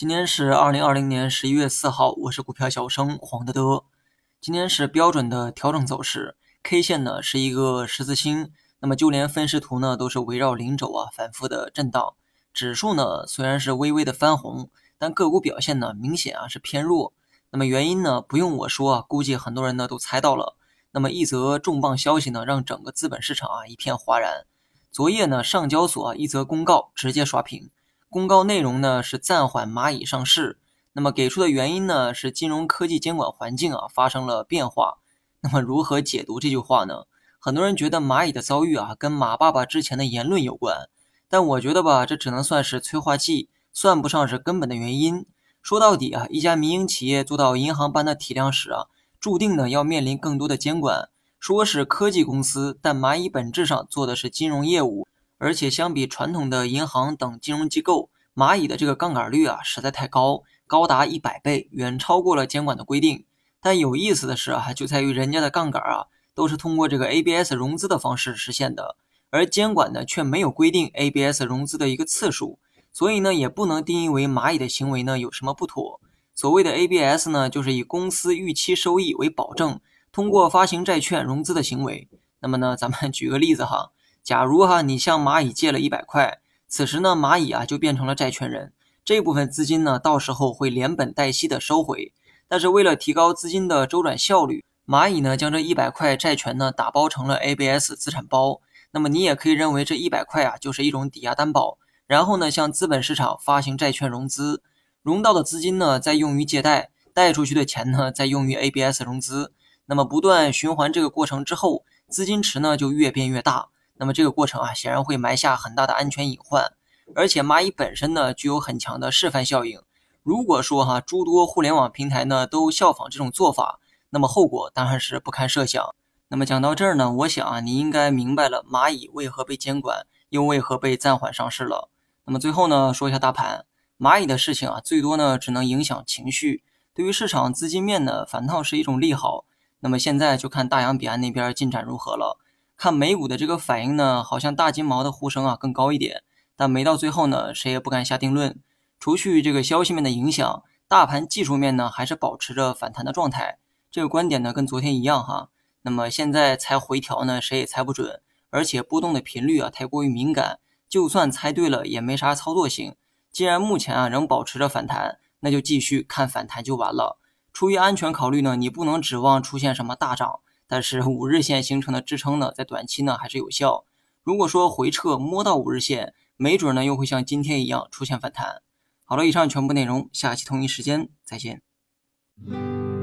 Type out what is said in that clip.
今天是2020年11月4号，我是股票小生黄德德。今天是标准的调整走势 ，K 线呢是一个十字星，那么就连分时图呢都是围绕零轴反复的震荡。指数呢虽然是微微的翻红，但个股表现呢明显是偏弱。那么原因呢不用我说估计很多人呢都猜到了。那么一则重磅消息呢让整个资本市场一片哗然。昨夜呢上交所一则公告直接刷屏。公告内容呢是暂缓蚂蚁上市，那么给出的原因呢是金融科技监管环境发生了变化。那么如何解读这句话呢？很多人觉得蚂蚁的遭遇跟马爸爸之前的言论有关，但我觉得吧，这只能算是催化剂，算不上是根本的原因。说到底一家民营企业做到银行般的体量时注定呢要面临更多的监管。说是科技公司，但蚂蚁本质上做的是金融业务。而且相比传统的银行等金融机构，蚂蚁的这个杠杆率实在太高，高达100倍，远超过了监管的规定。但有意思的是就在于人家的杠杆都是通过这个 ABS 融资的方式实现的，而监管呢却没有规定 ABS 融资的一个次数，所以呢也不能定义为蚂蚁的行为呢有什么不妥。所谓的 ABS 呢就是以公司预期收益为保证，通过发行债券融资的行为。那么呢咱们举个例子假如你向蚂蚁借了100块，此时呢蚂蚁就变成了债权人，这部分资金呢到时候会连本带息的收回。但是为了提高资金的周转效率，蚂蚁呢将这100块债权呢打包成了 ABS 资产包。那么你也可以认为这100块就是一种抵押担保，然后呢向资本市场发行债券融资，融到的资金呢再用于借贷，贷出去的钱呢再用于 ABS 融资。那么不断循环这个过程之后，资金池呢就越变越大。那么这个过程显然会埋下很大的安全隐患，而且蚂蚁本身呢具有很强的示范效应。如果说诸多互联网平台呢都效仿这种做法，那么后果当然是不堪设想。那么讲到这儿呢，我想你应该明白了蚂蚁为何被监管，又为何被暂缓上市了。那么最后呢说一下大盘，蚂蚁的事情最多呢只能影响情绪，对于市场资金面呢反倒是一种利好。那么现在就看大洋彼岸那边进展如何了。看美股的这个反应呢，好像大金毛的呼声更高一点，但没到最后呢，谁也不敢下定论。除去这个消息面的影响，大盘技术面呢还是保持着反弹的状态。这个观点呢跟昨天一样那么现在猜回调呢，谁也猜不准，而且波动的频率太过于敏感，就算猜对了也没啥操作性。既然目前仍保持着反弹，那就继续看反弹就完了。出于安全考虑呢，你不能指望出现什么大涨。但是5日线形成的支撑呢，在短期呢还是有效。如果说回撤摸到5日线，没准呢又会像今天一样出现反弹。好了，以上全部内容，下期同一时间再见。